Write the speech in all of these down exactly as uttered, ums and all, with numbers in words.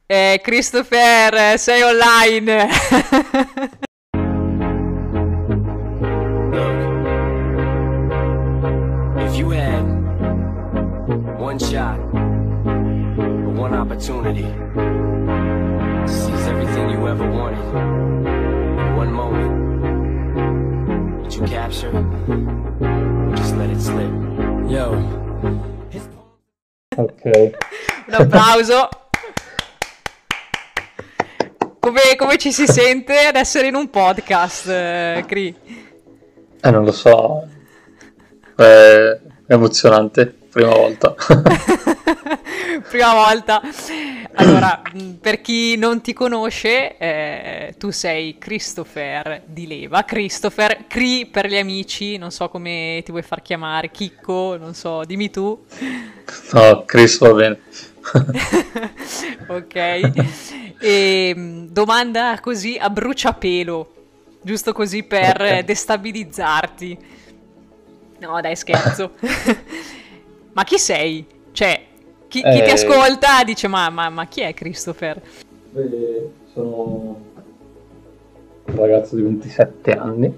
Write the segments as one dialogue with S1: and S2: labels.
S1: Eh, Christopher, sei online?
S2: Look, if you had one shot or one opportunity to seize everything you ever wanted in one moment, would you capture it or just let it slip? Yo.
S3: Ok.
S1: Un applauso. Come, come ci si sente ad essere in un podcast, eh, Cri?
S3: Eh, non lo so. È emozionante, prima volta.
S1: Prima volta. Allora, per chi non ti conosce, eh, tu sei Christopher di Leva. Christopher, Cri per gli amici, non so come ti vuoi far chiamare, Chicco, non so, dimmi tu.
S3: No, Chris va bene.
S1: Ok. E, domanda così a bruciapelo, giusto così per
S3: Ok.
S1: destabilizzarti. No, dai, scherzo. Ma chi sei? Cioè, chi, chi ti
S3: Eh,
S1: ascolta dice, ma, ma, ma chi è Christopher?
S3: Beh, sono un ragazzo di ventisette anni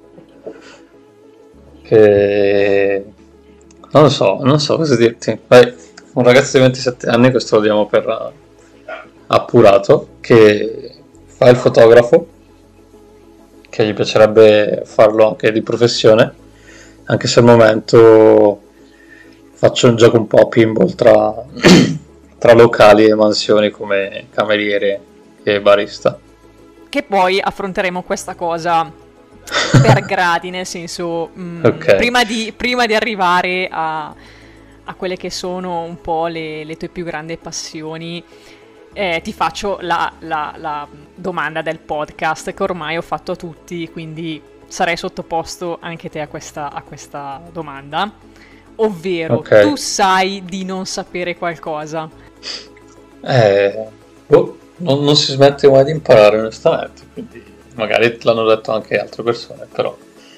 S3: che non lo so, non so cosa dirti. Vai, un ragazzo di ventisette anni, questo lo diamo per eh, appurato, che fa il fotografo, che gli piacerebbe farlo anche di professione, anche se al momento faccio un gioco un po' a pinball tra, tra locali e mansioni come cameriere e barista.
S1: Che poi affronteremo questa cosa per gradi, nel senso, mh,
S3: Ok,
S1: prima di, prima di arrivare a, a quelle che sono un po' le, le tue più grandi passioni, eh, ti faccio la, la- la domanda del podcast che ormai ho fatto a tutti, quindi sarei sottoposto anche te a questa, a questa domanda, ovvero,
S3: ok.
S1: tu sai di non sapere qualcosa?
S3: Eh, boh, non, non si smette mai di imparare onestamente, quindi magari te l'hanno detto anche altre persone, però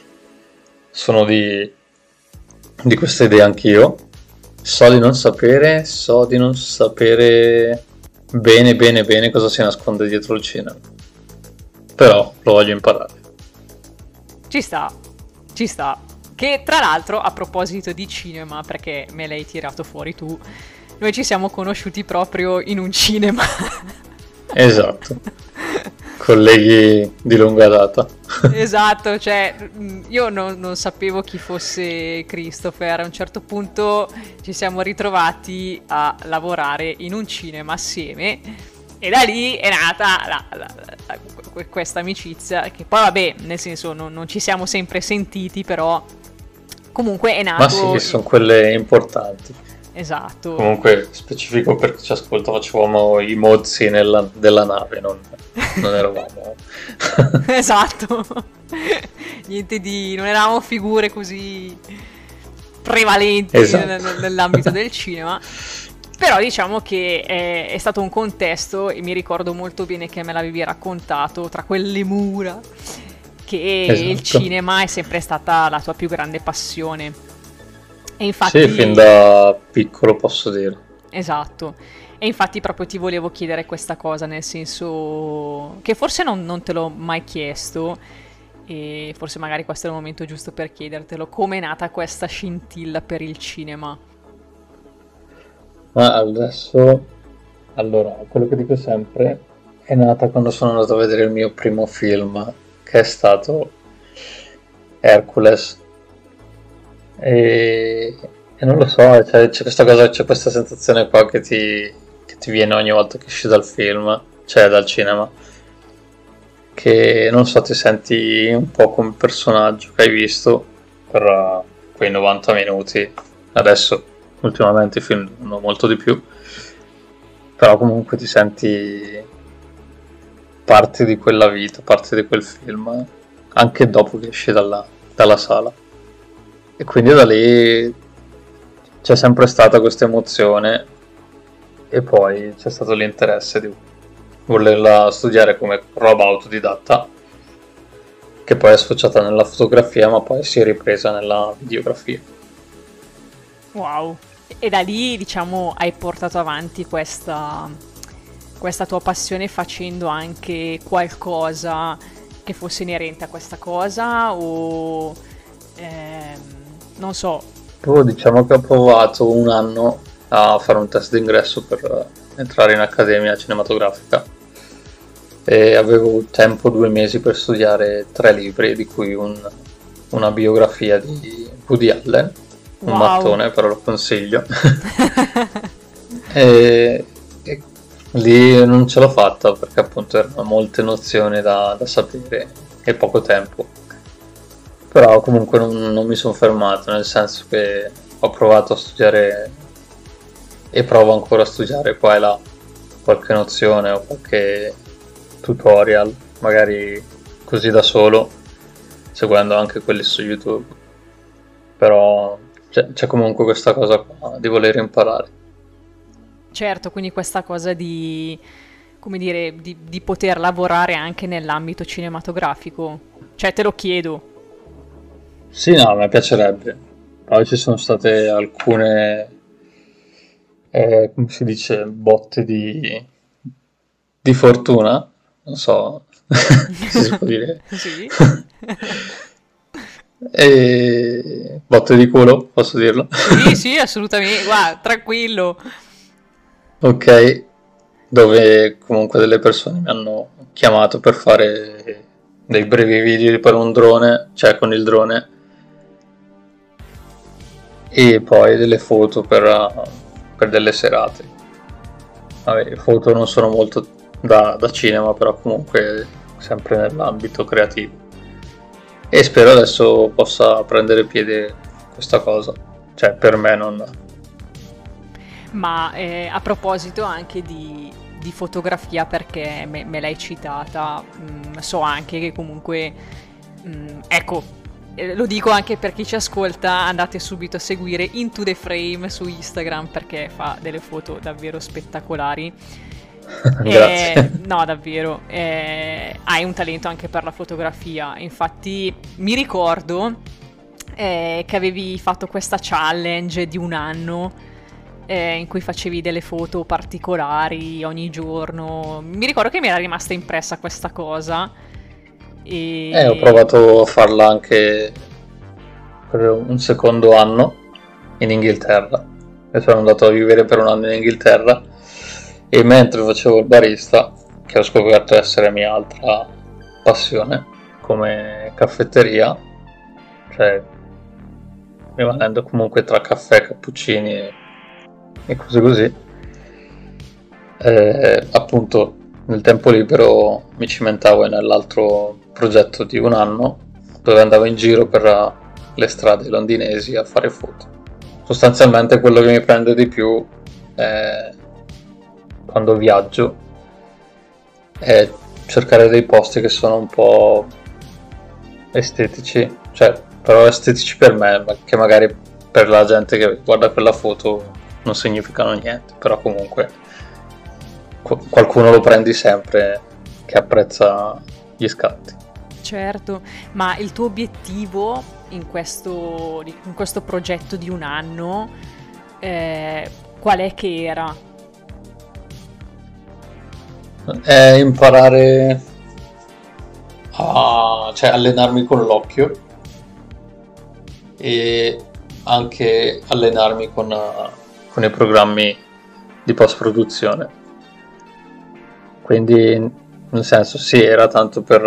S3: sono di, di questa idea anch'io. So di non sapere, so di non sapere bene bene bene cosa si nasconde dietro il cinema, però lo voglio imparare.
S1: Ci sta, ci sta. Che tra l'altro, a proposito di cinema, perché me l'hai tirato fuori tu, noi ci siamo conosciuti proprio in un cinema.
S3: Esatto, colleghi di lunga data.
S1: Esatto, cioè mh, io non, non sapevo chi fosse Christopher. A un certo punto ci siamo ritrovati a lavorare in un cinema assieme e da lì è nata la- la- la- que- questa amicizia che poi vabbè, nel senso non, non ci siamo sempre sentiti, però comunque è
S3: Ma sì,
S1: nato...
S3: sono quelle importanti.
S1: Esatto.
S3: Comunque, specifico per chi ci ascolta, facevamo i mozzi nella, della nave, non, non eravamo...
S1: Esatto. Niente di... non eravamo figure così prevalenti
S3: Esatto.
S1: nel- nell'ambito del cinema. Però diciamo che è, è stato un contesto e mi ricordo molto bene che me l'avevi raccontato tra quelle mura che il
S3: Esatto.
S1: cinema è sempre stata la tua più grande passione. E
S3: Sì,
S1: infatti...
S3: fin da piccolo posso dire.
S1: Esatto. E infatti proprio ti volevo chiedere questa cosa, nel senso che forse non, non te l'ho mai chiesto e forse magari questo è il momento giusto per chiedertelo. Come è nata questa scintilla per il cinema?
S3: Ma adesso, allora, quello che dico sempre è nata quando sono andato a vedere il mio primo film, che è stato Hercules. E, e non lo so, c'è, c'è questa cosa, c'è questa sensazione qua che ti, che ti viene ogni volta che esci dal film, cioè dal cinema, che non so, ti senti un po' come il personaggio che hai visto per uh, quei novanta minuti. Adesso, ultimamente i film durano molto di più, però comunque ti senti parte di quella vita, parte di quel film, anche dopo che esci dalla, dalla sala. E quindi da lì c'è sempre stata questa emozione e poi c'è stato l'interesse di volerla studiare come roba autodidatta, che poi è sfociata nella fotografia, ma poi si è ripresa nella videografia.
S1: Wow. E da lì, diciamo, hai portato avanti questa, questa tua passione facendo anche qualcosa che fosse inerente a questa cosa o ehm, non so.
S3: Oh, diciamo che ho provato un anno a fare un test d'ingresso per entrare in accademia cinematografica e avevo tempo due mesi per studiare tre libri, di cui un, una biografia di Woody Allen, un
S1: Wow.
S3: mattone, però lo consiglio. e, e lì non ce l'ho fatta perché appunto erano molte nozioni da, da sapere e poco tempo. Però comunque non, non mi sono fermato, nel senso che ho provato a studiare e provo ancora a studiare qua e là qualche nozione o qualche tutorial, magari così da solo, seguendo anche quelli su YouTube. Però c'è, c'è comunque questa cosa qua di voler imparare.
S1: Certo, quindi questa cosa di, come dire, di, di poter lavorare anche nell'ambito cinematografico. Cioè, te lo chiedo.
S3: Sì, no, mi piacerebbe. Poi ci sono state alcune, eh, come si dice, botte di, di fortuna, non so se si può dire.
S1: Sì.
S3: E botte di culo, posso dirlo?
S1: Sì, sì, assolutamente. Guarda, tranquillo.
S3: Ok, dove comunque delle persone mi hanno chiamato per fare dei brevi video per un drone, cioè con il drone, e poi delle foto per, per delle serate. Vabbè, le foto non sono molto da, da cinema, però comunque sempre nell'ambito creativo. E spero adesso possa prendere piede questa cosa, cioè per me non...
S1: Ma eh, a proposito anche di, di fotografia, perché me, me l'hai citata, mh, so anche che comunque, mh, ecco, eh, lo dico anche per chi ci ascolta, andate subito a seguire Into the Frame su Instagram perché fa delle foto davvero spettacolari.
S3: Grazie.
S1: Eh, no, davvero, eh, hai un talento anche per la fotografia. Infatti mi ricordo eh, che avevi fatto questa challenge di un anno eh, in cui facevi delle foto particolari ogni giorno. Mi ricordo che mi era rimasta impressa questa cosa. E...
S3: Eh, ho provato a farla anche per un secondo anno in Inghilterra. E sono andato a vivere per un anno in Inghilterra e mentre facevo il barista, che ho scoperto essere mia altra passione, come caffetteria, cioè rimanendo comunque tra caffè, cappuccini e, e cose così, eh, appunto nel tempo libero mi cimentavo nell'altro progetto di un anno dove andavo in giro per le strade londinesi a fare foto. Sostanzialmente quello che mi prende di più è, quando viaggio, è cercare dei posti che sono un po' estetici, cioè però estetici per me, ma che magari per la gente che guarda quella foto non significano niente, però comunque qualcuno lo prendi sempre che apprezza gli scatti.
S1: Certo, ma il tuo obiettivo in questo, in questo progetto di un anno, eh, qual è che era?
S3: È imparare a, cioè allenarmi con l'occhio e anche allenarmi con, con i programmi di post-produzione. Quindi, nel senso, sì, era tanto per,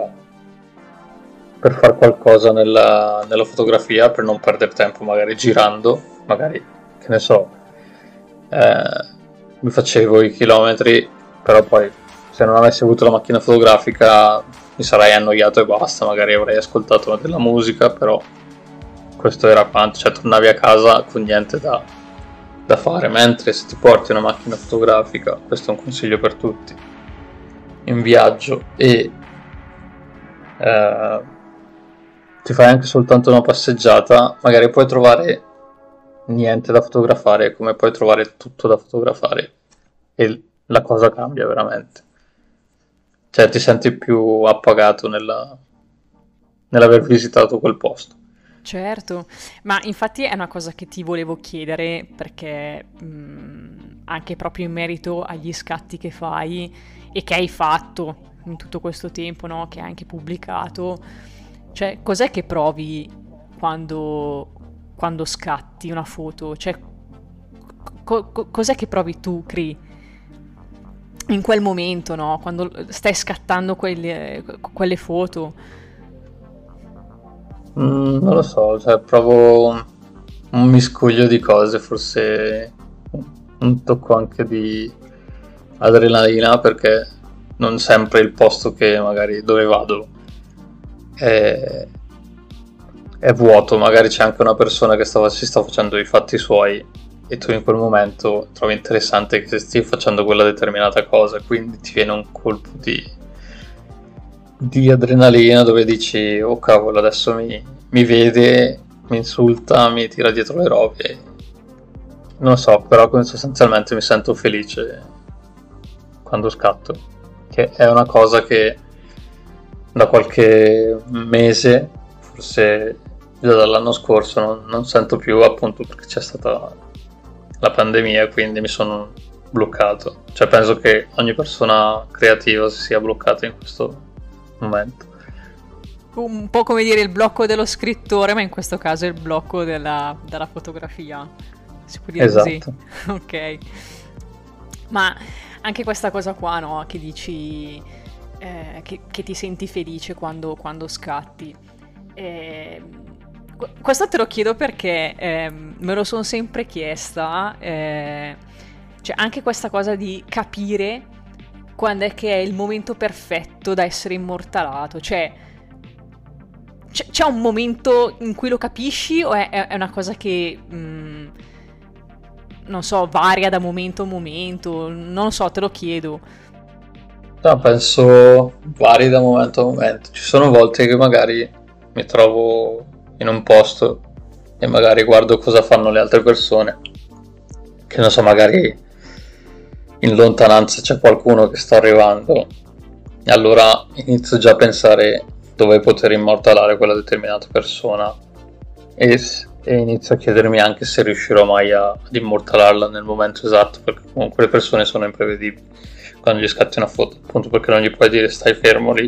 S3: per fare qualcosa nella, nella fotografia, per non perdere tempo magari girando, magari, che ne so, eh, mi facevo i chilometri, però poi se non avessi avuto la macchina fotografica mi sarei annoiato e basta, magari avrei ascoltato della musica, però questo era quanto, cioè tornavi a casa con niente da, da fare, mentre se ti porti una macchina fotografica, questo è un consiglio per tutti, in viaggio e eh, ti fai anche soltanto una passeggiata, magari puoi trovare niente da fotografare come puoi trovare tutto da fotografare e la cosa cambia veramente, cioè ti senti più appagato nella, nell'aver visitato quel posto.
S1: Certo, ma infatti è una cosa che ti volevo chiedere perché mh, anche proprio in merito agli scatti che fai e che hai fatto in tutto questo tempo, no? Che hai anche pubblicato, cioè cos'è che provi quando, quando scatti una foto? Cioè co- co- cos'è che provi tu, Cri, in quel momento, no? Quando stai scattando quelle, quelle foto?
S3: Mm, non lo so, cioè provo un miscuglio di cose, forse un tocco anche di adrenalina perché non sempre il posto che magari dove vado è, è vuoto, magari c'è anche una persona che sta, si sta facendo i fatti suoi e tu in quel momento trovi interessante che stia facendo quella determinata cosa, quindi ti viene un colpo di di adrenalina dove dici oh cavolo adesso mi, mi vede, mi insulta, mi tira dietro le robe, non lo so, però sostanzialmente mi sento felice quando scatto, che è una cosa che da qualche mese, forse già dall'anno scorso, non, non sento più, appunto perché c'è stata la pandemia, quindi mi sono bloccato, cioè penso che ogni persona creativa si sia bloccata in questo momento.
S1: Un po' come dire il blocco dello scrittore, ma in questo caso è il blocco della, della fotografia. Si può dire
S3: Esatto.
S1: così? Ok. Ma anche questa cosa qua, no? Che dici eh, che, che ti senti felice quando, quando scatti. Eh, questo te lo chiedo perché eh, me lo sono sempre chiesta. Eh, cioè anche questa cosa di capire quando è che è il momento perfetto da essere immortalato, cioè c- c'è un momento in cui lo capisci o è, è una cosa che mh, non so, varia da momento a momento, non lo so, te lo chiedo.
S3: No, penso vari da momento a momento, ci sono volte che magari mi trovo in un posto e magari guardo cosa fanno le altre persone, che non so, magari in lontananza c'è qualcuno che sta arrivando e allora inizio già a pensare dove poter immortalare quella determinata persona e, e inizio a chiedermi anche se riuscirò mai a, ad immortalarla nel momento esatto, perché comunque le persone sono imprevedibili quando gli scatti una foto, appunto perché non gli puoi dire stai fermo lì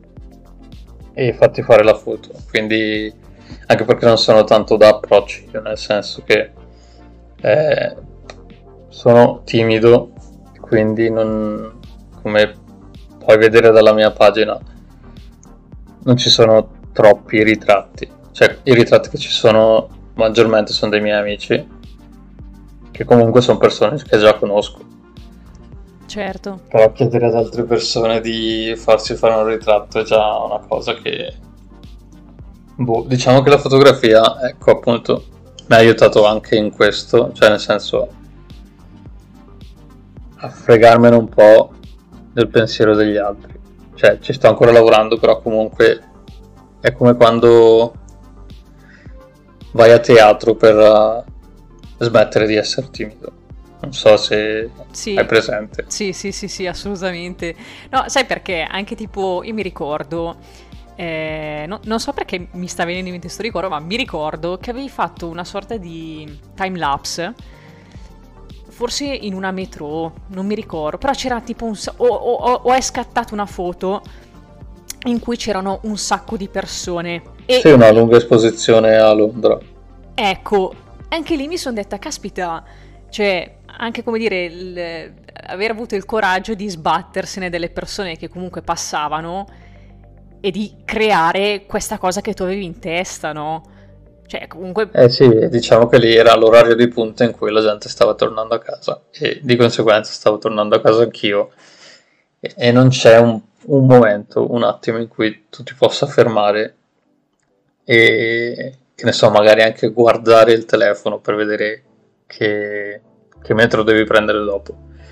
S3: e fatti fare la foto, quindi anche perché non sono tanto da approcci, nel senso che eh, sono timido, quindi non, come puoi vedere dalla mia pagina non ci sono troppi ritratti, cioè i ritratti che ci sono maggiormente sono dei miei amici che comunque sono persone che già conosco.
S1: Certo.
S3: Però chiedere ad altre persone di farsi fare un ritratto è già una cosa che boh, diciamo che la fotografia, ecco appunto, mi ha aiutato anche in questo, cioè nel senso a fregarmene un po' del pensiero degli altri, cioè ci sto ancora lavorando, però comunque è come quando vai a teatro per uh, smettere di essere timido, non so se
S1: Sì.
S3: hai presente.
S1: Sì, sì, sì, sì, assolutamente. No, sai perché? Anche tipo, io mi ricordo, eh, no- non so perché mi sta venendo in mente questo ricordo, ma mi ricordo che avevi fatto una sorta di time lapse forse in una metro, non mi ricordo, però c'era tipo un... sa- o, o, o, o è scattata una foto in cui c'erano un sacco di persone. E
S3: Sì, una lunga esposizione a Londra.
S1: ecco, anche lì mi sono detta, caspita, cioè, anche come dire, il- aver avuto il coraggio di sbattersene delle persone che comunque passavano e di creare questa cosa che tu avevi in testa, no? Cioè, comunque...
S3: Eh sì, diciamo che lì era l'orario di punta in cui la gente stava tornando a casa e di conseguenza stavo tornando a casa anch'io e, e non c'è un, un momento, un attimo in cui tu ti possa fermare e che ne so, magari anche guardare il telefono per vedere che, che metro devi prendere dopo.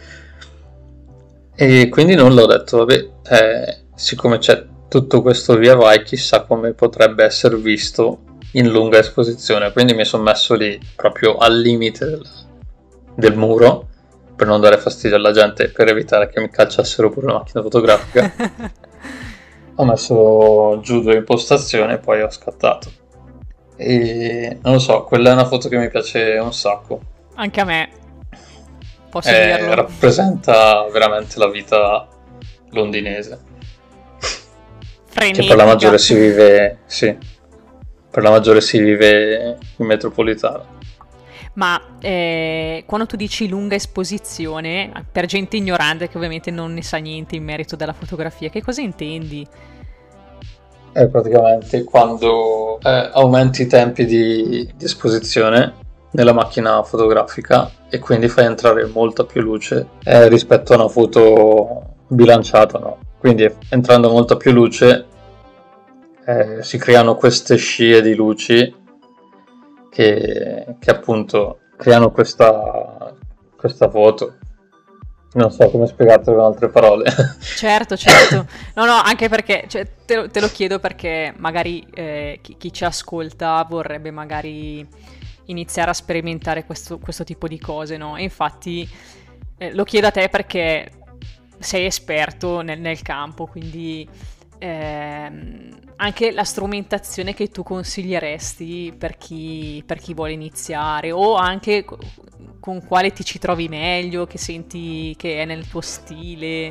S3: E quindi non l'ho detto, vabbè, eh, siccome c'è tutto questo via vai, chissà come potrebbe essere visto in lunga esposizione, quindi mi sono messo lì proprio al limite del, del muro per non dare fastidio alla gente e per evitare che mi calciassero pure la macchina fotografica. Ho messo giù due impostazioni e poi ho scattato. E non lo so, quella è una foto che mi piace un sacco.
S1: Anche a me, posso
S3: Eh,
S1: dirlo.
S3: rappresenta veramente la vita londinese, che
S1: Frenetica.
S3: per la maggiore si vive, sì, per la maggiore si vive in metropolitana.
S1: Ma eh, quando tu dici lunga esposizione, per gente ignorante che ovviamente non ne sa niente in merito della fotografia, che cosa intendi?
S3: È praticamente quando eh, aumenti i tempi di, di esposizione nella macchina fotografica e quindi fai entrare molta più luce eh, rispetto a una foto bilanciata, no? Quindi entrando molta più luce eh, si creano queste scie di luci che, che appunto creano questa, questa foto. Non so come spiegartelo con altre parole.
S1: Certo, certo. No, no, anche perché cioè, te, lo, te lo chiedo perché magari eh, chi, chi ci ascolta vorrebbe magari iniziare a sperimentare questo, questo tipo di cose, no? E infatti eh, lo chiedo a te perché sei esperto nel, nel campo, quindi ehm, anche la strumentazione che tu consiglieresti per chi, per chi vuole iniziare o anche co- con quale ti ci trovi meglio, che senti che è nel tuo stile.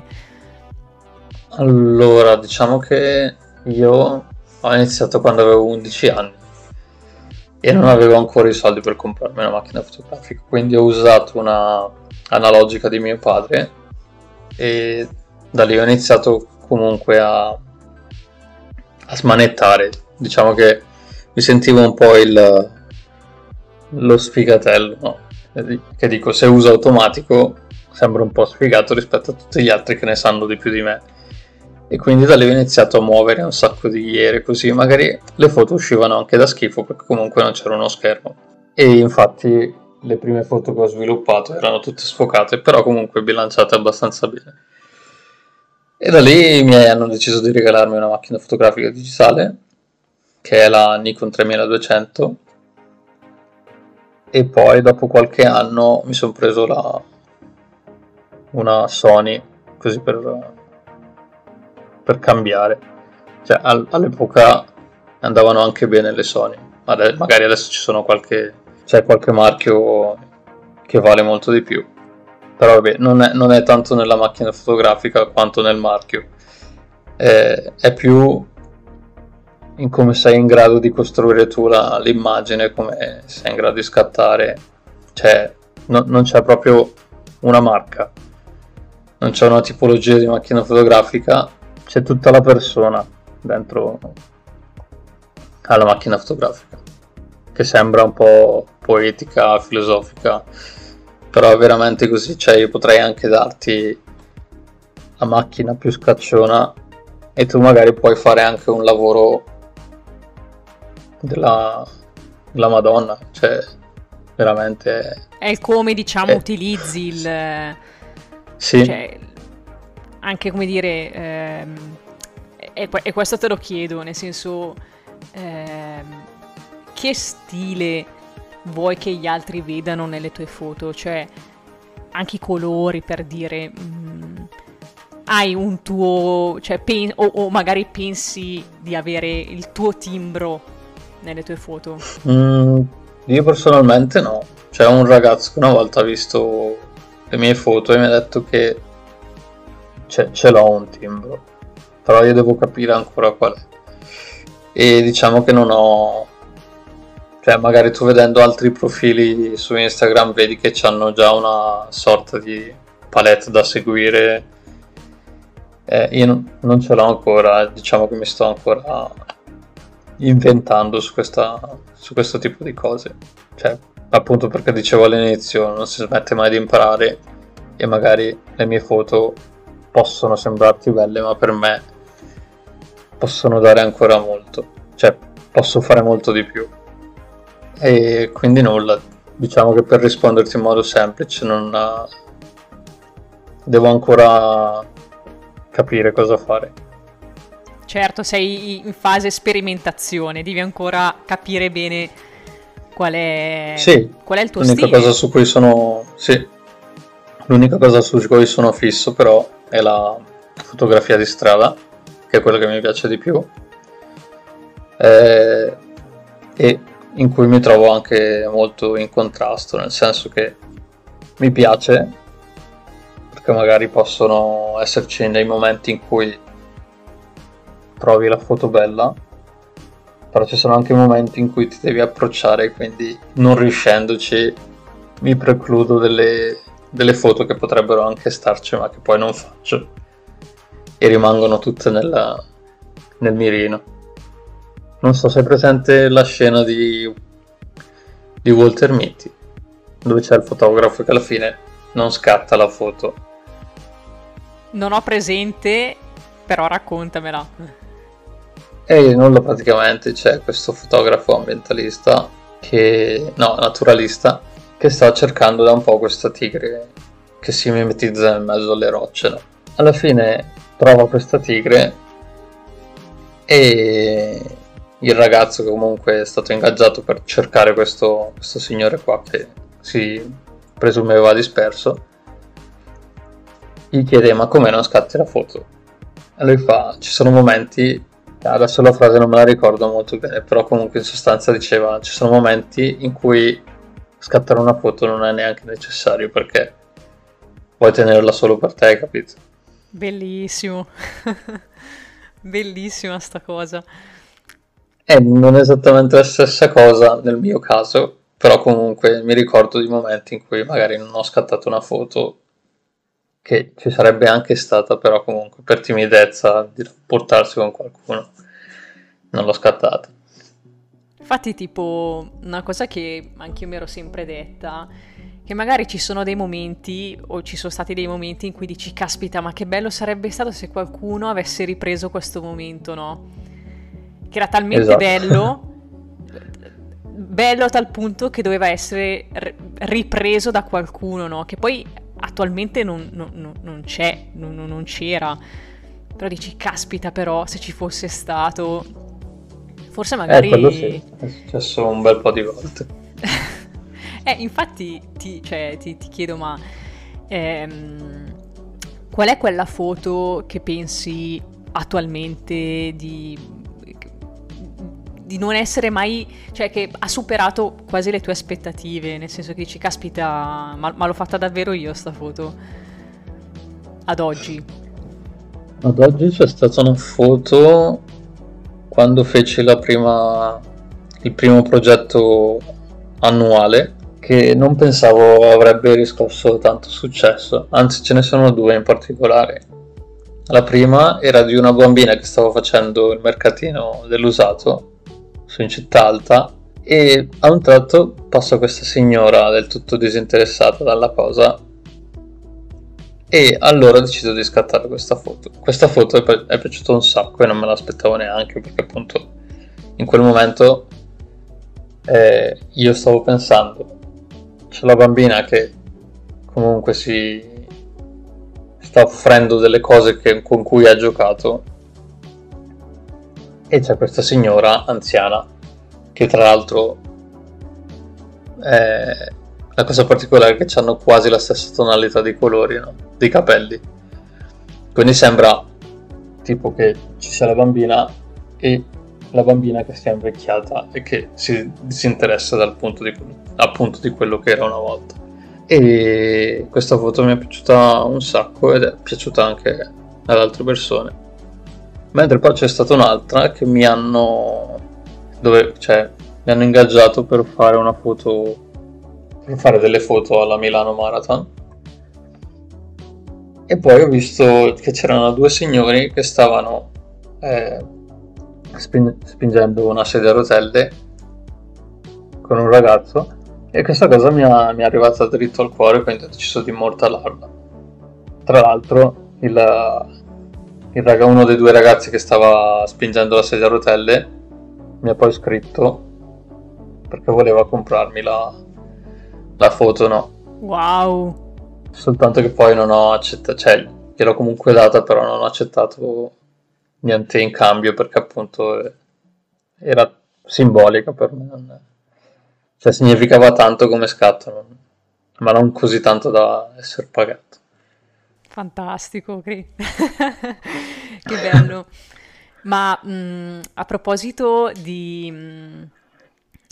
S3: Allora, diciamo che io ho iniziato quando avevo undici anni e non avevo ancora i soldi per comprarmi una macchina fotografica, quindi ho usato una analogica di mio padre e da lì ho iniziato comunque a, a smanettare. Diciamo che mi sentivo un po' il, lo sfigatello, no? Che dico, se uso automatico sembra un po' sfigato rispetto a tutti gli altri che ne sanno di più di me. E quindi da lì ho iniziato a muovere un sacco di ghiere, così magari le foto uscivano anche da schifo perché comunque non c'era uno schermo. E infatti le prime foto che ho sviluppato erano tutte sfocate, però comunque bilanciate abbastanza bene. E da lì i miei hanno deciso di regalarmi una macchina fotografica digitale, che è la Nikon tremiladuecento, e poi dopo qualche anno mi sono preso la, una Sony, così per, per cambiare. Cioè, al, all'epoca andavano anche bene le Sony, Ade- magari adesso ci sono qualche, c'è qualche marchio che vale molto di più, però vabbè, non è, non è tanto nella macchina fotografica quanto nel marchio, è, è più in come sei in grado di costruire tu la, l'immagine, come sei in grado di scattare. Cioè, no, non c'è proprio una marca, non c'è una tipologia di macchina fotografica, c'è tutta la persona dentro alla macchina fotografica, che sembra un po' poetica, filosofica, però è veramente così. Cioè, io potrei anche darti la macchina più scacciona e tu magari puoi fare anche un lavoro della, della Madonna, cioè veramente
S1: È il come, diciamo,
S3: eh,
S1: utilizzi il...
S3: sì,
S1: Cioè, anche come dire... ehm, e, e questo te lo chiedo, nel senso... ehm, che stile vuoi che gli altri vedano nelle tue foto? Cioè, anche i colori, per dire... mm, hai un tuo... Cioè, pen- o, o magari pensi di avere il tuo timbro nelle tue foto?
S3: Mm, io personalmente no. C'è un ragazzo che una volta ha visto le mie foto e mi ha detto che ce, ce l'ho un timbro, però io devo capire ancora qual è. E diciamo che non ho, cioè magari tu vedendo altri profili su Instagram vedi che hanno già una sorta di palette da seguire. Eh, io non, non ce l'ho ancora, diciamo che mi sto ancora inventando su, questa, su questo tipo di cose. Cioè, appunto perché dicevo all'inizio, non si smette mai di imparare e magari le mie foto possono sembrarti belle, ma per me possono dare ancora molto, cioè posso fare molto di più. E quindi nulla, diciamo che per risponderti in modo semplice non devo ancora capire cosa fare.
S1: Certo, sei in fase sperimentazione, devi ancora capire bene qual è,
S3: Sì,
S1: qual è il tuo
S3: l'unica
S1: stile.
S3: cosa su cui sono sì, l'unica cosa su cui sono fisso però è la fotografia di strada, che è quello che mi piace di più. Eh, e in cui mi trovo anche molto in contrasto, nel senso che mi piace, perché magari possono esserci dei momenti in cui trovi la foto bella, però ci sono anche momenti in cui ti devi approcciare, quindi non riuscendoci mi precludo delle, delle foto che potrebbero anche starci ma che poi non faccio e rimangono tutte nella, nel mirino. Non so se è presente la scena di, di Walter Mitty, dove c'è il fotografo che alla fine non scatta la foto.
S1: Non ho presente, però raccontamela.
S3: E nulla, praticamente c'è questo fotografo ambientalista, che no, naturalista, che sta cercando da un po' questa tigre che si mimetizza in mezzo alle rocce, no? Alla fine trova questa tigre e il ragazzo che comunque è stato ingaggiato per cercare questo, questo signore qua che si presumeva disperso gli chiede: ma come non scatti la foto? E lui fa: ci sono momenti, adesso la frase non me la ricordo molto bene, però comunque in sostanza diceva: ci sono momenti in cui scattare una foto non è neanche necessario perché puoi tenerla solo per te, capito?
S1: Bellissimo. Bellissima sta cosa.
S3: E non è esattamente la stessa cosa nel mio caso, però comunque mi ricordo di momenti in cui magari non ho scattato una foto che ci sarebbe anche stata, però comunque per timidezza di rapportarsi con qualcuno non l'ho scattata.
S1: Infatti, tipo, una cosa che anche io mi ero sempre detta, che magari ci sono dei momenti, o ci sono stati dei momenti in cui dici: caspita, ma che bello sarebbe stato se qualcuno avesse ripreso questo momento, no? Che era talmente
S3: Esatto.
S1: bello, bello a tal punto che doveva essere ri- ripreso da qualcuno, no? Che poi attualmente non, non- non- non c'è, non, non- non c'era. Però dici: caspita, però, se ci fosse stato, forse
S3: Eh, quello sì,
S1: magari...
S3: è successo un bel po' di volte.
S1: Eh, infatti ti, cioè, ti, ti chiedo, ma ehm, qual è quella foto che pensi attualmente di, di non essere mai, cioè che ha superato quasi le tue aspettative, nel senso che dici: caspita, ma, ma l'ho fatta davvero io sta foto, ad oggi?
S3: Ad oggi c'è stata una foto quando feci la prima, il primo progetto annuale, che non pensavo avrebbe riscosso tanto successo, anzi ce ne sono due in particolare. La prima era di una bambina che stava facendo il mercatino dell'usato su in Città Alta e a un tratto passa questa signora del tutto disinteressata dalla cosa e allora decido di scattare questa foto. Questa foto è, pi- è piaciuta un sacco e non me l'aspettavo neanche, perché appunto in quel momento eh, io stavo pensando, c'è la bambina che comunque si sta offrendo delle cose che- con cui ha giocato e c'è questa signora anziana che tra l'altro eh, la cosa particolare è che hanno quasi la stessa tonalità di colori, no? Dei capelli, quindi sembra tipo che ci sia la bambina e la bambina che sia invecchiata e che si disinteressa dal punto di, appunto di quello che era una volta. E questa foto mi è piaciuta un sacco ed è piaciuta anche ad altre persone, mentre poi c'è stata un'altra che mi hanno dove cioè mi hanno ingaggiato per fare una foto, per fare delle foto alla Milano Marathon, e poi ho visto che c'erano due signori che stavano eh, spin- spingendo una sedia a rotelle con un ragazzo, e questa cosa mi, ha, mi è arrivata dritto al cuore, quindi ho deciso di immortalarla. Tra l'altro il, il raga, uno dei due ragazzi che stava spingendo la sedia a rotelle mi ha poi scritto perché voleva comprarmi la, la foto, no?
S1: Wow!
S3: Soltanto che poi non ho accettato, cioè gliel'ho comunque data, però non ho accettato niente in cambio perché appunto eh, era simbolica per me, non- cioè significava tanto come scatto, non- ma non così tanto da essere pagato.
S1: Fantastico, che, che bello. Ma mh, a proposito di, mh,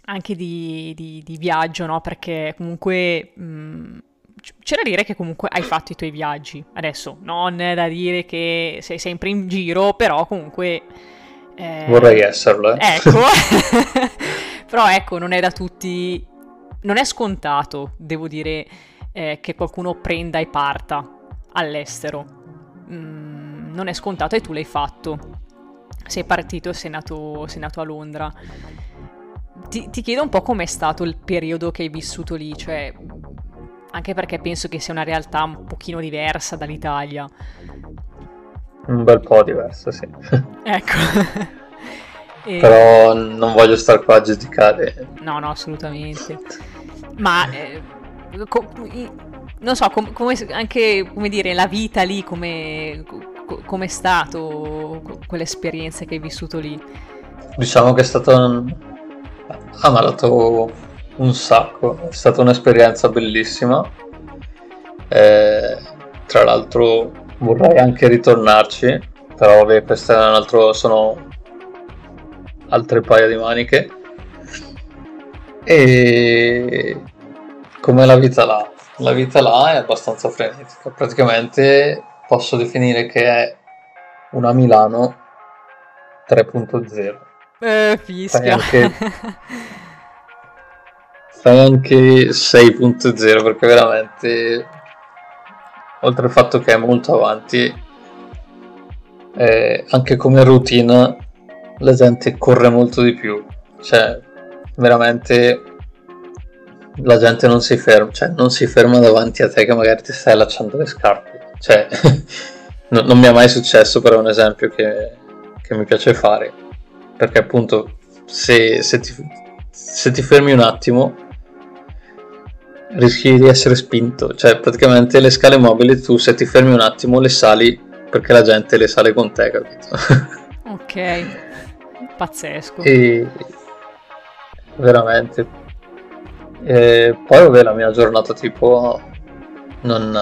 S1: anche di, di- di viaggio, no? Perché comunque mh, c- c'è da dire che comunque hai fatto i tuoi viaggi. Adesso non è da dire che sei sempre in giro, però comunque...
S3: Vorrei
S1: eh,
S3: esserlo, eh.
S1: ecco, però ecco, non è da tutti, non è scontato, devo dire, eh, che qualcuno prenda e parta all'estero. Mm, non è scontato e tu l'hai fatto. Sei partito e sei nato, sei nato a Londra. Ti, ti chiedo un po' com'è stato il periodo che hai vissuto lì, cioè, anche perché penso che sia una realtà un pochino diversa dall'Italia.
S3: Un bel po' diverso, sì.
S1: Ecco. E-
S3: Però non voglio stare qua a giudicare.
S1: No, no, assolutamente. Ma eh, co- i- non so, com- come anche come dire, la vita lì, come co- com'è stato co- quell'esperienza che hai vissuto lì?
S3: Diciamo che è stato un... ah, mi ha dato un sacco, è stata un'esperienza bellissima. Eh, tra l'altro vorrei anche ritornarci, però vabbè, questo è un altro, sono altre paia di maniche. E come la vita là? La vita là è abbastanza frenetica, praticamente posso definire che è una Milano tre punto zero.
S1: Eh,
S3: Fai
S1: fischia.
S3: anche, fai anche sei punto zero perché veramente, oltre al fatto che è molto avanti, eh, anche come routine la gente corre molto di più, cioè veramente la gente non si ferma, cioè non si ferma davanti a te che magari ti stai allacciando le scarpe, cioè no- non mi è mai successo, però è un esempio che, che mi piace fare, perché appunto se, se ti, se ti fermi un attimo rischi di essere spinto, cioè praticamente le scale mobili tu se ti fermi un attimo le sali perché la gente le sale con te, capito?
S1: Ok, pazzesco.
S3: E veramente. E poi vabbè, la mia giornata tipo non,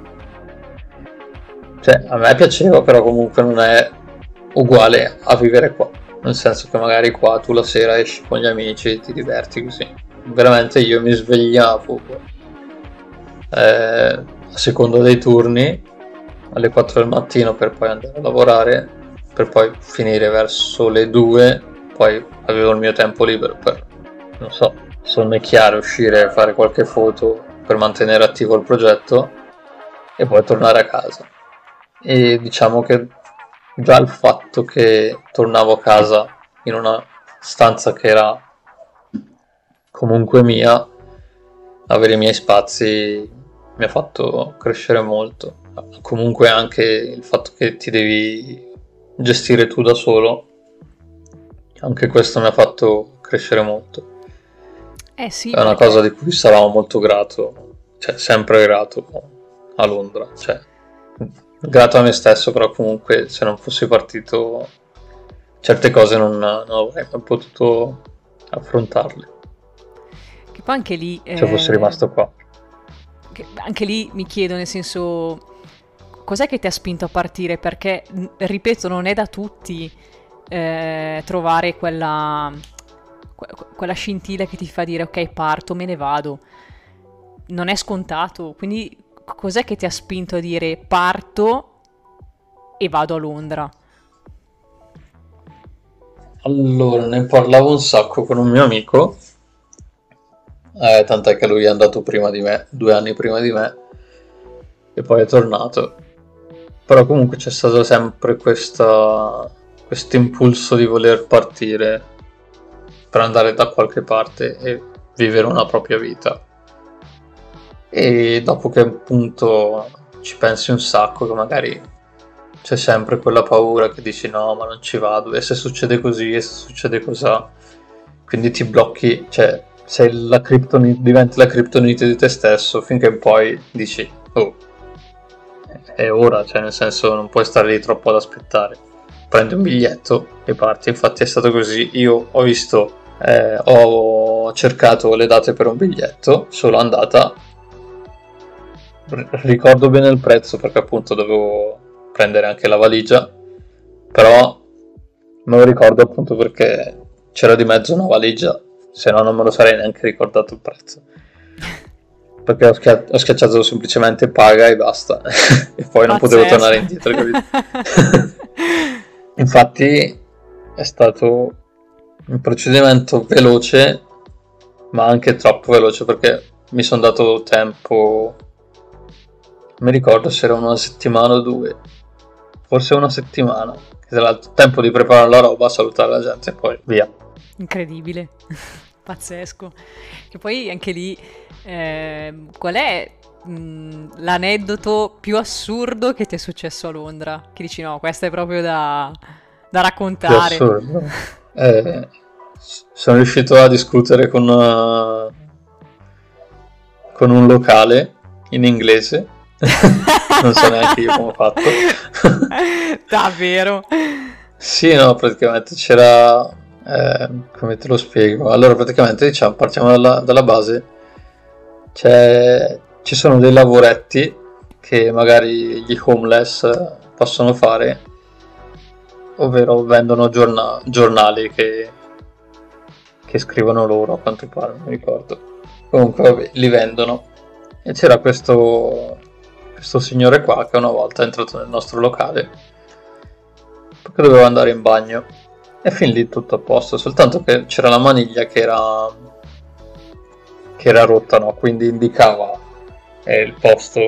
S3: cioè a me piaceva, però comunque non è uguale a vivere qua, nel senso che magari qua tu la sera esci con gli amici, ti diverti così. Veramente io mi svegliavo eh, a seconda dei turni alle quattro del mattino per poi andare a lavorare, per poi finire verso le due, poi avevo il mio tempo libero per, non so, sonnecchiare, uscire, fare qualche foto per mantenere attivo il progetto e poi tornare a casa. E diciamo che già il fatto che tornavo a casa in una stanza che era comunque mia, avere i miei spazi mi ha fatto crescere molto. Comunque anche il fatto che ti devi gestire tu da solo, anche questo mi ha fatto crescere molto.
S1: Eh sì,
S3: È una
S1: perché...
S3: cosa di cui sarò molto grato, cioè sempre grato a Londra, cioè grato a me stesso, però comunque se non fossi partito certe cose non, non avrei mai potuto affrontarle,
S1: Che poi anche lì...
S3: se fossi
S1: eh,
S3: rimasto qua.
S1: che- anche lì mi chiedo, nel senso... Cos'è che ti ha spinto a partire? Perché, n- ripeto, non è da tutti eh, trovare quella, que- quella scintilla che ti fa dire ok, parto, me ne vado. Non è scontato. Quindi c- cos'è che ti ha spinto a dire parto e vado a Londra?
S3: Allora, ne parlavo un sacco con un mio amico, eh, tant'è che lui è andato prima di me, due anni prima di me, e poi è tornato. Però comunque c'è stato sempre questa, questo impulso di voler partire per andare da qualche parte e vivere una propria vita. E dopo che appunto ci pensi un sacco, che magari c'è sempre quella paura che dici no, ma non ci vado, e se succede così, e se succede cos'ha, quindi ti blocchi, cioè sei la criptonite, diventi la criptonite di te stesso finché poi dici oh, è ora, cioè nel senso non puoi stare lì troppo ad aspettare, prendi un biglietto e parti. Infatti è stato così, io ho visto eh, ho cercato le date per un biglietto solo andata, R- ricordo bene il prezzo perché appunto dovevo prendere anche la valigia, però me lo ricordo appunto perché c'era di mezzo una valigia se no non me lo sarei neanche ricordato il prezzo. Perché ho, schia- ho schiacciato semplicemente paga e basta. E poi non
S1: Pazzesco.
S3: potevo tornare indietro, capito? Infatti è stato un procedimento veloce, ma anche troppo veloce, perché mi sono dato tempo, mi ricordo se era una settimana o due, forse una settimana, che tra l'altro tempo di preparare la roba, salutare la gente e poi via.
S1: Incredibile, pazzesco. Che poi anche lì, eh, qual è mh, l'aneddoto più assurdo che ti è successo a Londra? Che dici no, questo è proprio da, da
S3: Più
S1: raccontare.
S3: assurdo. Eh, s- sono riuscito a discutere con, uh, con un locale in inglese. Non so neanche io come ho fatto.
S1: Davvero?
S3: Sì, no, praticamente c'era... eh, come te lo spiego? Allora, praticamente, diciamo, partiamo dalla, dalla base. C'è, ci sono dei lavoretti che magari gli homeless eh, possono fare, ovvero vendono giorna- giornali che, che scrivono loro, a quanto pare, non mi ricordo. Comunque, vabbè, li vendono. E c'era questo, questo signore qua che una volta è entrato nel nostro locale perché doveva andare in bagno. E fin lì tutto a posto, soltanto che c'era la maniglia che era, che era rotta, no? Quindi indicava eh, il posto.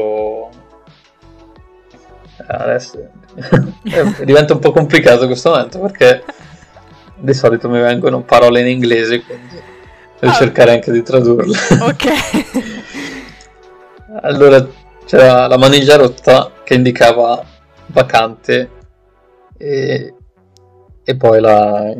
S3: Eh, Adesso eh, diventa un po' complicato questo momento perché di solito mi vengono parole in inglese, quindi devo
S1: Ah.
S3: cercare anche di tradurle.
S1: Ok.
S3: Allora c'era la maniglia rotta che indicava vacante e, e poi la,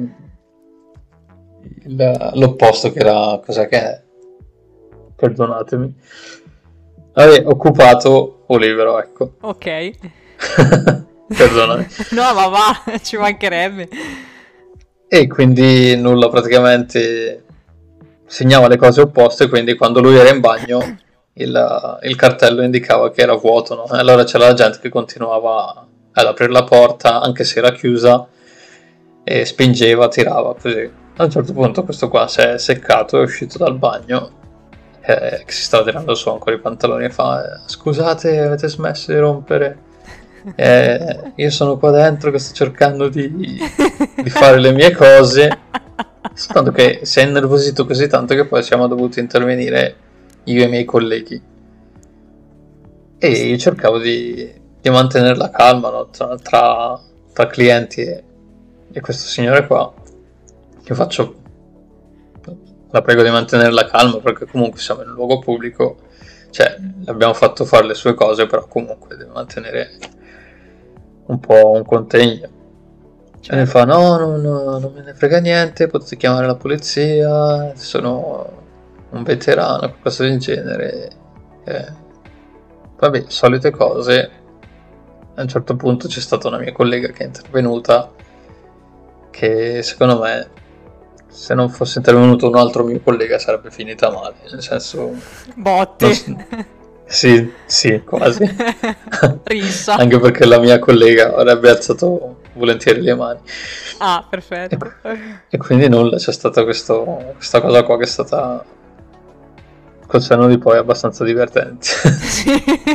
S3: il- l'opposto che era, cos'è che è? Perdonatemi. Vabbè, occupato o libero, ecco.
S1: Ok.
S3: Perdonami.
S1: No, ma va, ci mancherebbe.
S3: E quindi nulla, praticamente segnava le cose opposte, quindi quando lui era in bagno il, il cartello indicava che era vuoto, no? E allora c'era la gente che continuava ad aprire la porta anche se era chiusa e spingeva, tirava così. A un certo punto questo qua si è seccato, è uscito dal bagno, eh, che si stava tirando su ancora i pantaloni e fa eh, scusate, avete smesso di rompere? Eh, io sono qua dentro che sto cercando di, di fare le mie cose, soltanto che si è innervosito così tanto che poi siamo dovuti intervenire io e i miei colleghi e io cercavo di, di mantenere la calma, no? tra, tra, tra clienti e, e questo signore qua. Io faccio, la prego di mantenere la calma perché comunque siamo in un luogo pubblico, cioè abbiamo fatto fare le sue cose, però comunque deve mantenere un po' un contegno. E mi fa no, no, no, non me ne frega niente, potete chiamare la polizia, sono un veterano, qualcosa del genere. Eh, vabbè, solite cose. A un certo punto c'è stata una mia collega che è intervenuta, che secondo me se non fosse intervenuto un altro mio collega sarebbe finita male, nel senso
S1: Botte.
S3: non s- sì, sì, quasi.
S1: Rissa.
S3: Anche perché la mia collega avrebbe alzato volentieri le mani.
S1: Ah,
S3: E,
S1: perfetto.
S3: e quindi nulla, c'è stata questo- questa cosa qua che è stata col senno di poi abbastanza divertente.
S1: Sì.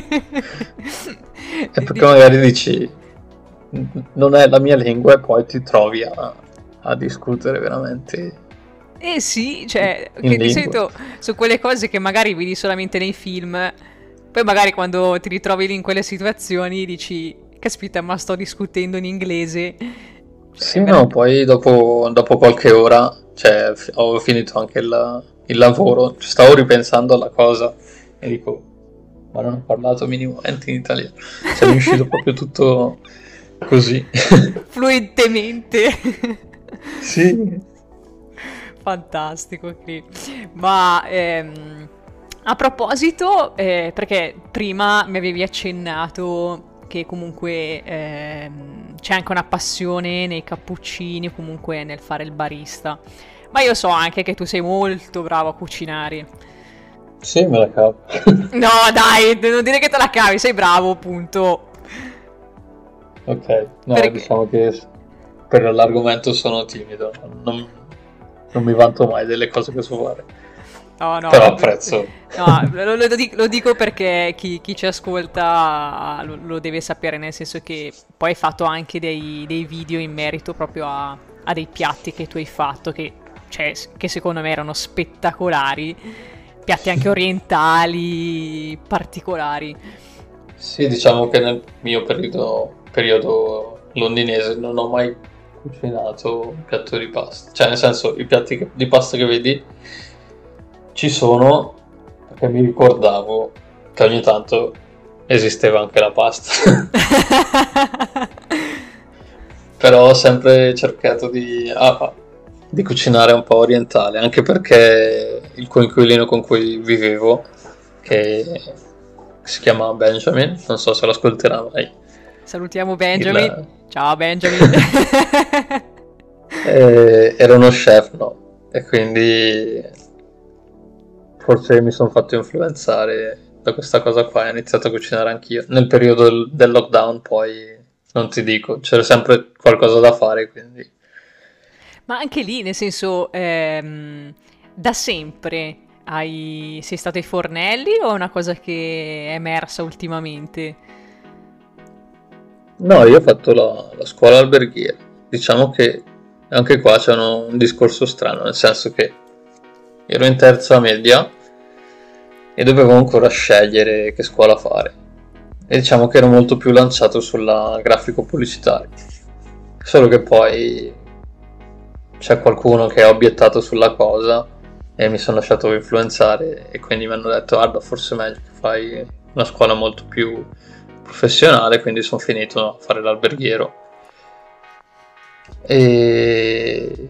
S3: E perché magari dici "N- non è la mia lingua" e poi ti trovi a, a discutere veramente
S1: Eh sì, cioè,
S3: in
S1: che di
S3: lingua.
S1: solito su quelle cose che magari vedi solamente nei film, poi magari quando ti ritrovi lì in quelle situazioni dici, caspita, ma sto discutendo in inglese. Cioè,
S3: Sì,
S1: è
S3: no,
S1: vera-
S3: poi dopo, dopo qualche ora, cioè, fi- ho finito anche il, il lavoro, stavo ripensando alla cosa e dico, ma non ho parlato minimamente in italiano. Cioè, mi è uscito proprio tutto così.
S1: fluentemente.
S3: Sì.
S1: Fantastico, sì. Ma ehm, a proposito, eh, perché prima mi avevi accennato che comunque ehm, c'è anche una passione nei cappuccini, comunque nel fare il barista. Ma io so anche che tu sei molto bravo a cucinare.
S3: Sì, me la cavo.
S1: No, dai, non dire che te la cavi, sei bravo, punto.
S3: Ok, no,
S1: Perché-
S3: diciamo che per l'argomento sono timido, non, non mi vanto mai delle cose che so fare.
S1: No, no,
S3: Però apprezzo.
S1: No, lo, lo dico, lo dico perché chi, chi ci ascolta lo, lo deve sapere, nel senso che poi hai fatto anche dei, dei video in merito proprio a, a dei piatti che tu hai fatto, che, cioè, che secondo me erano spettacolari, piatti anche orientali, particolari.
S3: Sì, diciamo che nel mio periodo, periodo londinese non ho mai cucinato un piatto di pasta. Cioè, nel senso, i piatti che- di pasta che vedi ci sono, perché mi ricordavo che ogni tanto esisteva anche la pasta. Però ho sempre cercato di, ah, di cucinare un po' orientale, anche perché il coinquilino con cui vivevo, che si chiama Benjamin, non so se lo ascolterà mai,
S1: Salutiamo Benjamin.
S3: il-
S1: Ciao Benjamin.
S3: eh, era uno chef, no? E quindi forse mi sono fatto influenzare da questa cosa qua e ho iniziato a cucinare anch'io. Nel periodo del, del lockdown poi, non ti dico, c'era sempre qualcosa da fare, quindi...
S1: Ma anche lì, nel senso, ehm, da sempre hai, sei stato ai fornelli o è una cosa che è emersa ultimamente?
S3: No, io ho fatto la, la scuola alberghiera. Diciamo che anche qua c'è uno- un discorso strano, nel senso che ero in terza media e dovevo ancora scegliere che scuola fare. E diciamo che ero molto più lanciato sulla grafico pubblicitario. Solo che poi c'è qualcuno che ha obiettato sulla cosa e mi sono lasciato influenzare e quindi mi hanno detto guarda, forse è meglio che fai una scuola molto più professionale, quindi sono finito a fare l'alberghiero. E...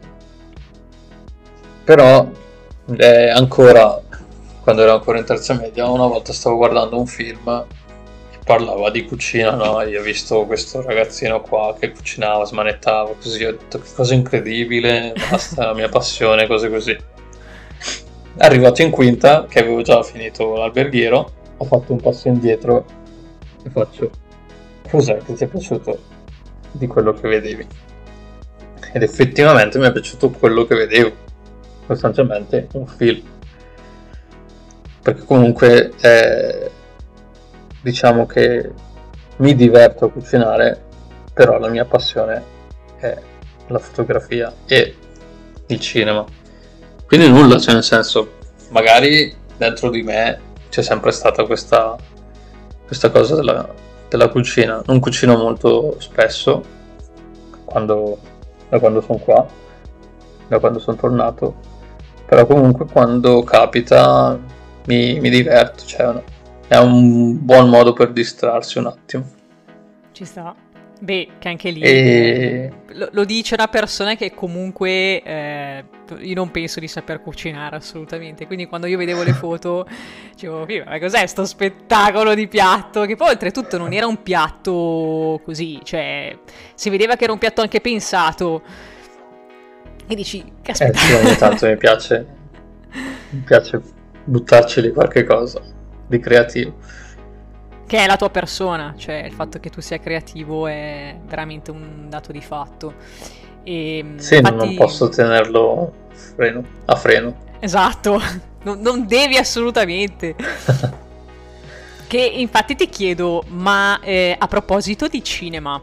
S3: però eh, ancora quando ero ancora in terza media una volta stavo guardando un film che parlava di cucina, no? Io ho visto questo ragazzino qua che cucinava, smanettava così, ho detto che cosa incredibile, basta, è la mia passione, cose così. Arrivato in quinta, che avevo già finito l'alberghiero, ho fatto un passo indietro e faccio cos'è che ti è piaciuto di quello che vedevi? Ed effettivamente mi è piaciuto quello che vedevo, sostanzialmente un film, perché comunque eh, diciamo che mi diverto a cucinare, però la mia passione è la fotografia e il cinema, quindi nulla, cioè nel senso, magari dentro di me c'è sempre stata questa, questa cosa della, della cucina. Non cucino molto spesso quando, da quando sono qua, da quando sono tornato, però comunque quando capita mi, mi diverto, cioè no, è un buon modo per distrarsi un attimo.
S1: Ci sta. Beh, che anche lì
S3: E-
S1: eh, lo, lo dice una persona che comunque eh, io non penso di saper cucinare assolutamente, quindi quando io vedevo le foto dicevo, "Figa, ma cos'è sto spettacolo di piatto?" Che poi oltretutto non era un piatto così, cioè si vedeva che era un piatto anche pensato e dici,
S3: Eh
S1: caspita.
S3: sì, ogni tanto mi piace, mi piace buttarci lì qualche cosa di creativo.
S1: Che è la tua persona, cioè il fatto che tu sia creativo è veramente un dato di fatto. E,
S3: Sì,
S1: infatti,
S3: non posso tenerlo a freno, a freno.
S1: esatto, non, non devi assolutamente. Che infatti ti chiedo, ma eh, a proposito di cinema,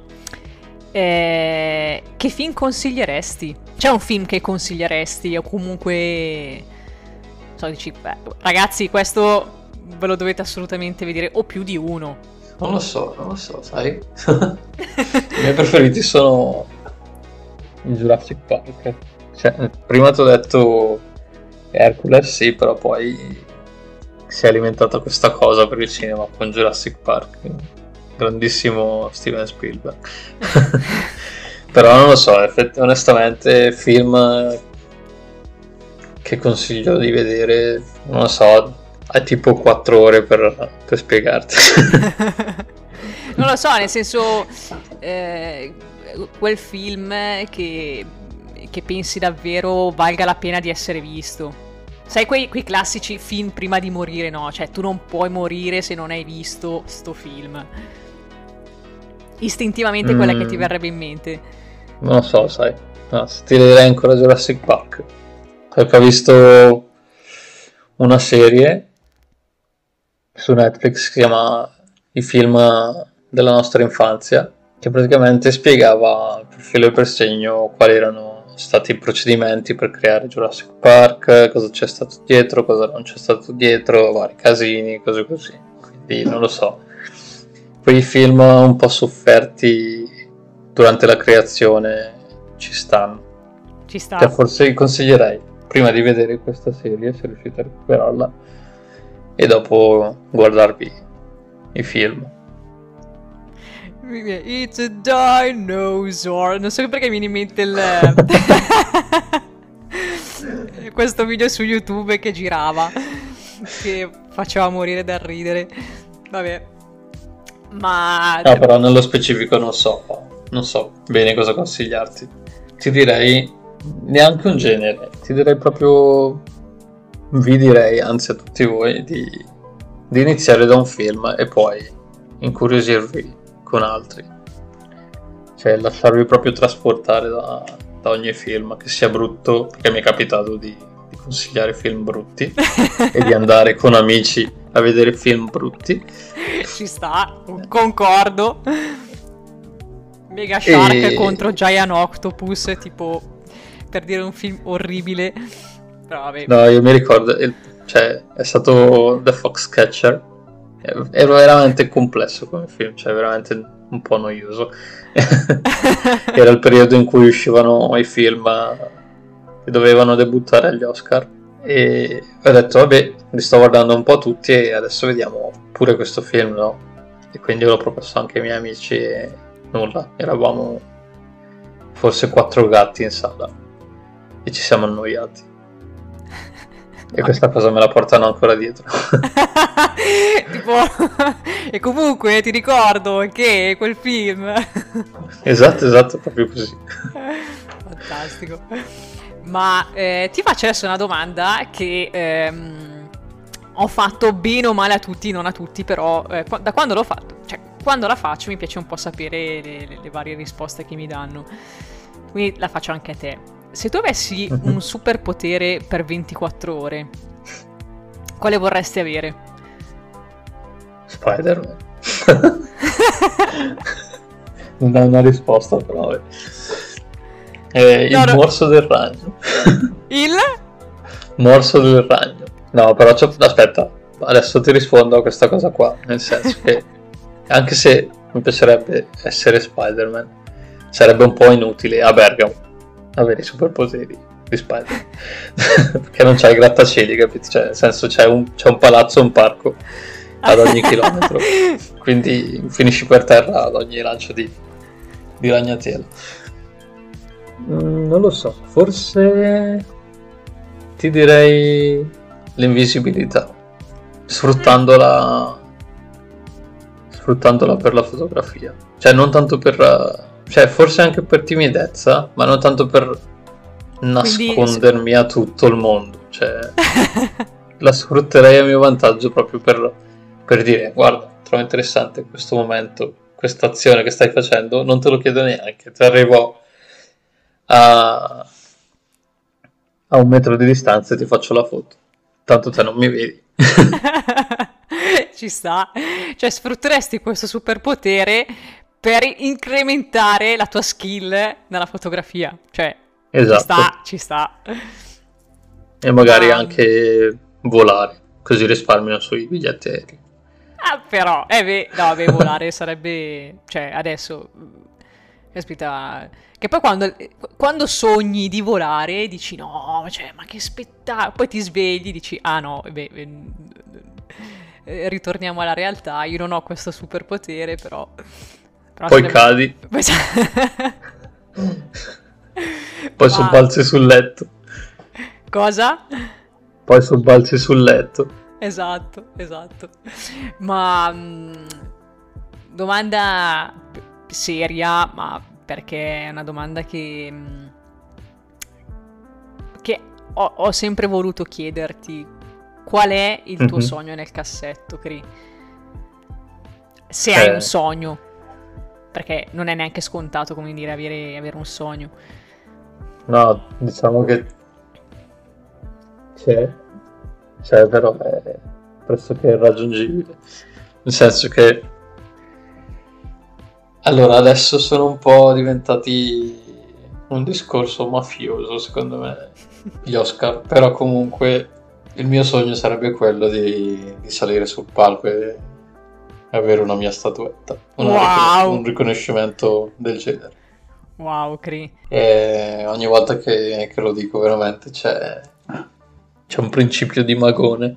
S1: eh, che film consiglieresti? C'è un film che consiglieresti o comunque, non so, dici, beh, ragazzi, questo ve lo dovete assolutamente vedere, o più di uno.
S3: Non lo so, non lo so, sai? I miei preferiti sono in Jurassic Park. Cioè, prima ti ho detto Hercules, sì, però poi si è alimentata questa cosa per il cinema con Jurassic Park. Grandissimo Steven Spielberg. Però non lo so, effett- onestamente film che consiglio di vedere, non lo so, hai tipo quattro ore per, per spiegarti.
S1: Non lo so, nel senso, eh, quel film che, che pensi davvero valga la pena di essere visto. Sai quei, quei classici film prima di morire, no? Cioè tu non puoi morire se non hai visto sto film. Istintivamente quella che ti
S3: Mm.
S1: verrebbe in mente.
S3: Non lo so, sai. No, ti direi ancora Jurassic Park. perché ho visto una serie su Netflix che si chiama I film della nostra infanzia, che praticamente spiegava per filo e per segno quali erano stati i procedimenti per creare Jurassic Park, cosa c'è stato dietro, cosa non c'è stato dietro, vari casini, cose così. Quindi non lo so. Quei film un po' sofferti durante la creazione ci stanno.
S1: Ci sta.
S3: Cioè, forse vi consiglierei prima di vedere questa serie, se riuscite a recuperarla, e dopo guardarvi i film.
S1: It's a dinosaur. Non so perché mi viene in mente il questo video su YouTube che girava, che faceva morire dal ridere. Vabbè. Ma
S3: no, però nello specifico non so non so bene cosa consigliarti. Ti direi neanche un genere, ti direi proprio vi direi anzi a tutti voi di, di iniziare da un film e poi incuriosirvi con altri, cioè lasciarvi proprio trasportare da, da ogni film, che sia brutto, perché mi è capitato di, di consigliare film brutti e di andare con amici a vedere film brutti.
S1: Ci sta, concordo. Mega Shark
S3: E-
S1: contro Giant Octopus, tipo, per dire un film orribile. Però vabbè.
S3: No, io mi ricordo, il- cioè è stato The Foxcatcher, era veramente complesso come film, cioè veramente un po' noioso. Era il periodo in cui uscivano i film che dovevano debuttare agli Oscar e ho detto vabbè, li sto guardando un po' tutti e adesso vediamo pure questo film, no? E quindi l'ho proposto anche ai miei amici e nulla, eravamo forse quattro gatti in sala e ci siamo annoiati. E questa cosa me la portano ancora dietro.
S1: Tipo, e comunque ti ricordo che quel film.
S3: Esatto, esatto, proprio così.
S1: Fantastico. Ma eh, ti faccio adesso una domanda che ehm, ho fatto bene o male a tutti, non a tutti, però eh, qua- da quando l'ho fatto, cioè quando la faccio mi piace un po' sapere le, le- le varie risposte che mi danno. Quindi la faccio anche a te. Se tu avessi
S3: Mhm.
S1: un superpotere per ventiquattro ore, quale vorresti avere?
S3: Spider-Man. Non dà una risposta, però. vabbè. Eh, il
S1: No, no.
S3: morso del ragno.
S1: Il?
S3: Morso del ragno. No, però c'ho- aspetta, adesso ti rispondo a questa cosa qua. Nel senso che, anche se mi piacerebbe essere Spider-Man, sarebbe un po' inutile a Bergamo avere i superpoteri di Spider-Man. Perché non c'hai grattacieli, capito? Cioè, nel senso, c'è un, c'è un palazzo e un parco ad ogni chilometro. Quindi finisci per terra ad ogni lancio di, di ragnatela. Mm, non lo so, forse ti direi l'invisibilità, sfruttandola sfruttandola per la fotografia. Cioè non tanto per eh, cioè forse anche per timidezza, ma non tanto per nascondermi a tutto il mondo. Cioè la sfrutterei a mio vantaggio proprio per, per dire guarda, trovo interessante questo momento, questa azione che stai facendo, non te lo chiedo neanche, ti arrivo a, a un metro di distanza e ti faccio la foto, tanto te non mi vedi.
S1: Ci sta. Cioè, sfrutteresti questo superpotere per incrementare la tua skill nella fotografia. Cioè,
S3: Esatto.
S1: ci sta, ci sta.
S3: E magari
S1: Ah.
S3: anche volare, così risparmio sui biglietti aerei.
S1: Ah, però, eh beh, no, beh, volare sarebbe... Cioè, adesso... Caspita... Che poi quando, quando sogni di volare dici no, cioè, ma che spettacolo. Poi ti svegli dici, ah no, beh, eh, ritorniamo alla realtà. Io non ho questo superpotere, però... però
S3: Poi
S1: sarebbe-
S3: cadi,
S1: Poi sa-
S3: poi
S1: Ma-
S3: sobbalzi sul letto,
S1: Cosa?
S3: poi sobbalzi sul letto.
S1: Esatto, esatto. Ma mh, domanda p- seria, ma perché è una domanda che, mh, che ho, ho sempre voluto chiederti. Qual è il tuo
S3: Mhm.
S1: sogno nel cassetto, Cri? Se hai
S3: Eh.
S1: un sogno. Perché non è neanche scontato, come dire, avere, avere un sogno.
S3: No, diciamo che c'è, c'è però è pressoché irraggiungibile, nel senso che allora adesso sono un po' diventati un discorso mafioso secondo me gli Oscar, però comunque il mio sogno sarebbe quello di, di salire sul palco e avere una mia statuetta, una
S1: Wow.
S3: ricon- un riconoscimento del genere.
S1: Wow, Cri.
S3: E ogni volta che, che lo dico veramente c'è, c'è un principio di magone.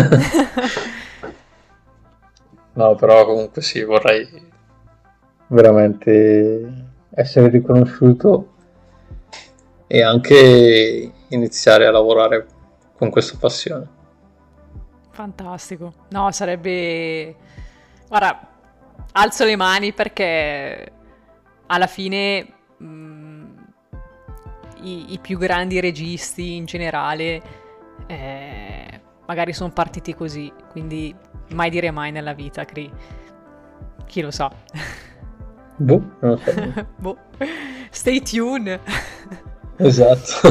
S3: No, però comunque sì, vorrei veramente essere riconosciuto e anche iniziare a lavorare con questa passione.
S1: Fantastico. No, sarebbe... Guarda, alzo le mani perché alla fine mh, i, i più grandi registi in generale eh, magari sono partiti così, quindi mai dire mai nella vita, Cri. Chi lo sa?
S3: Boh, non lo so.
S1: Boh. Stay tuned.
S3: Esatto.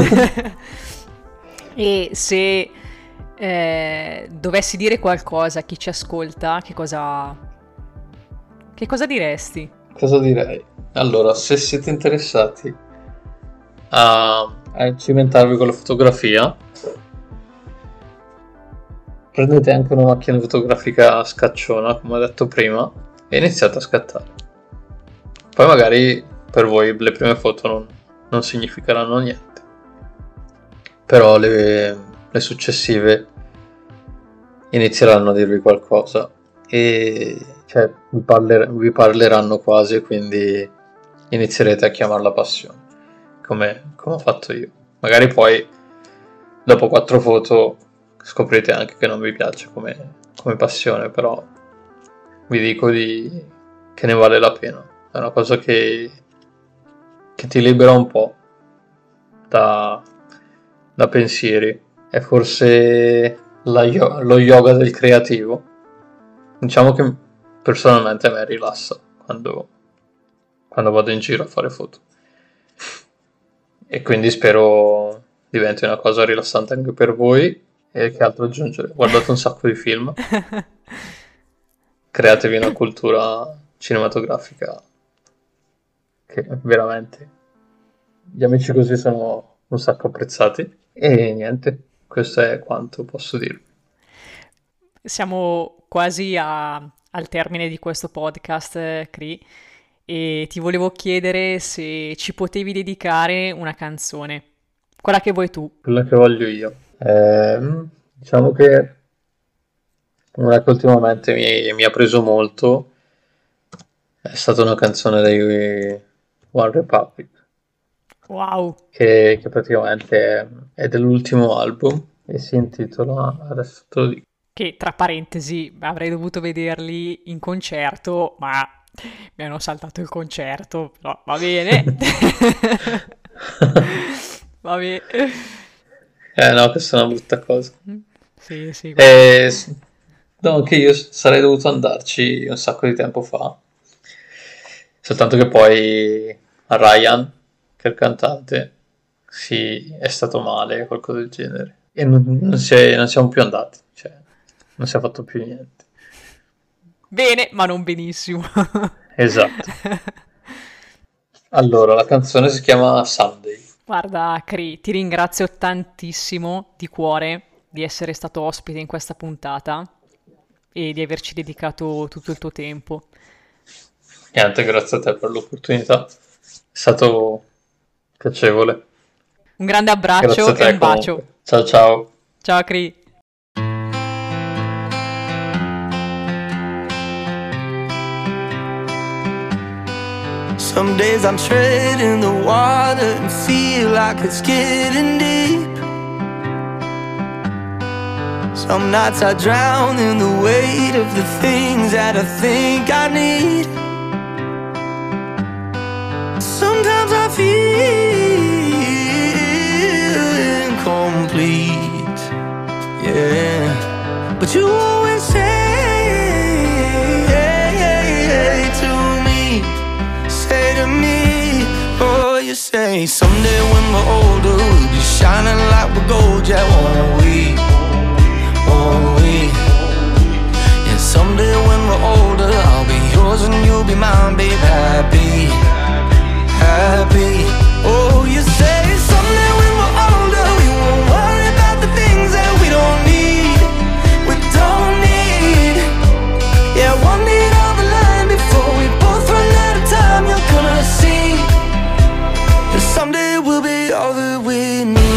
S1: E se eh, dovessi dire qualcosa a chi ci ascolta, che cosa, che cosa diresti?
S3: Cosa direi? Allora, se siete interessati a, a cimentarvi con la fotografia, prendete anche una macchina fotografica scacciona, come ho detto prima, e iniziate a scattare. Poi magari per voi le prime foto non, non significheranno niente, però le, le successive inizieranno a dirvi qualcosa e cioè, vi, parler- vi parleranno quasi, e quindi inizierete a chiamarla passione, come, come ho fatto io. Magari poi dopo quattro foto scoprite anche che non vi piace come, come passione, però vi dico di, che ne vale la pena. È una cosa che, che ti libera un po' da, da pensieri. È forse la yo- lo yoga del creativo. Diciamo che personalmente a me rilassa quando, quando vado in giro a fare foto. E quindi spero diventi una cosa rilassante anche per voi. E che altro aggiungere? Guardate un sacco di film. Createvi una cultura cinematografica che veramente gli amici così sono un sacco apprezzati. E niente, questo è quanto posso dirvi.
S1: Siamo quasi a- al termine di questo podcast, eh, Cri, e ti volevo chiedere se ci potevi dedicare una canzone, quella che vuoi tu.
S3: Quella che voglio io. Ehm, diciamo che una che ultimamente mi, mi ha preso molto è stata una canzone dei One Republic,
S1: Wow,
S3: che, che praticamente è, è dell'ultimo album e si intitola, adesso te lo dico.
S1: che tra parentesi avrei dovuto vederli in concerto, ma mi hanno saltato il concerto, però va bene. Va bene.
S3: Eh no, questa è una brutta cosa.
S1: Sì, sì, guarda.
S3: Eh, s- no, che io s- sarei dovuto andarci un sacco di tempo fa, soltanto che poi a Ryan, che è il cantante, sì, è stato male, qualcosa del genere. E non, non si è- non siamo più andati, cioè, non si è fatto più niente.
S1: Bene, ma non benissimo.
S3: Esatto. Allora, la canzone si chiama Sunday.
S1: Guarda, Cri, ti ringrazio tantissimo di cuore di essere stato ospite in questa puntata e di averci dedicato tutto il tuo tempo.
S3: Niente, grazie a te per l'opportunità. È stato piacevole.
S1: Un grande
S3: Grazie
S1: abbraccio
S3: a
S1: e
S3: te
S1: un bacio.
S3: comunque. Ciao ciao.
S1: Ciao, Cri.
S2: Some days I'm treading the water and feel like it's getting deep. Some nights I drown in the weight of the things that I think I need. Sometimes I feel incomplete, yeah. But you always say to me, say to me, oh, you
S4: you say someday when we're older we'll be shining like we're gold, yeah, won't we? Won't we? Yeah, someday when we're older I'll be yours and you'll be mine, babe. Happy, happy. Oh, you say someday when we're older we won't worry about the things that we don't need, we don't need. Yeah, one need on the line before we both run out of time. You're gonna see that someday we'll be all that we need.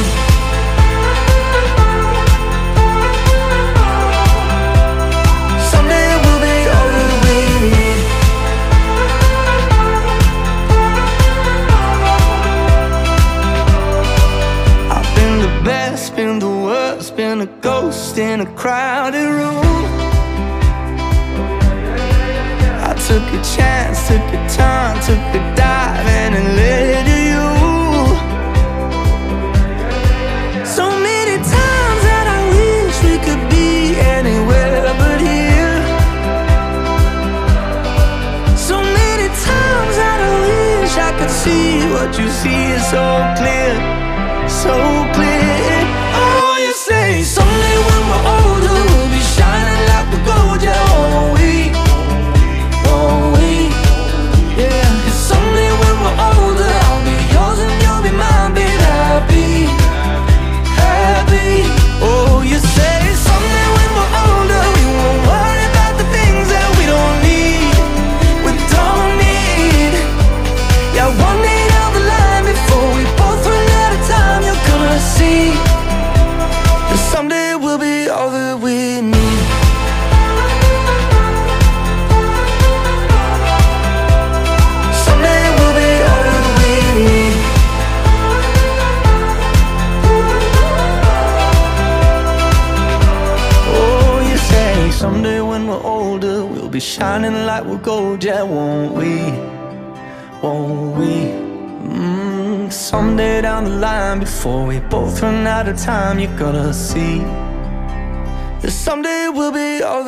S4: Someday we'll be all that we need. I've been the best, been the worst, been a ghost in a crowded room. I took a chance, took a turn, took a dive and it led to you. So many times that I wish we could be anywhere but here. So many times that I wish I could see what you see is so clear, so clear. Oh, you say someday when we're older we'll be shining like we're gold, yeah, won't we? Won't we? Yeah. And someday when we're older I'll be yours and you'll be mine, babe. Happy, happy. Oh, you say someday when we're older we won't worry about the things that we don't need, we don't need. Yeah, one day down the line before we both run out of time, you're gonna see that someday we'll be all that we need. Someday we'll be all that we need. Oh, you say someday when we're older we'll be shining like we're gold, yeah, won't we? Won't we? Mm, someday down the line before we both run out of time, you're gonna see that someday we'll be all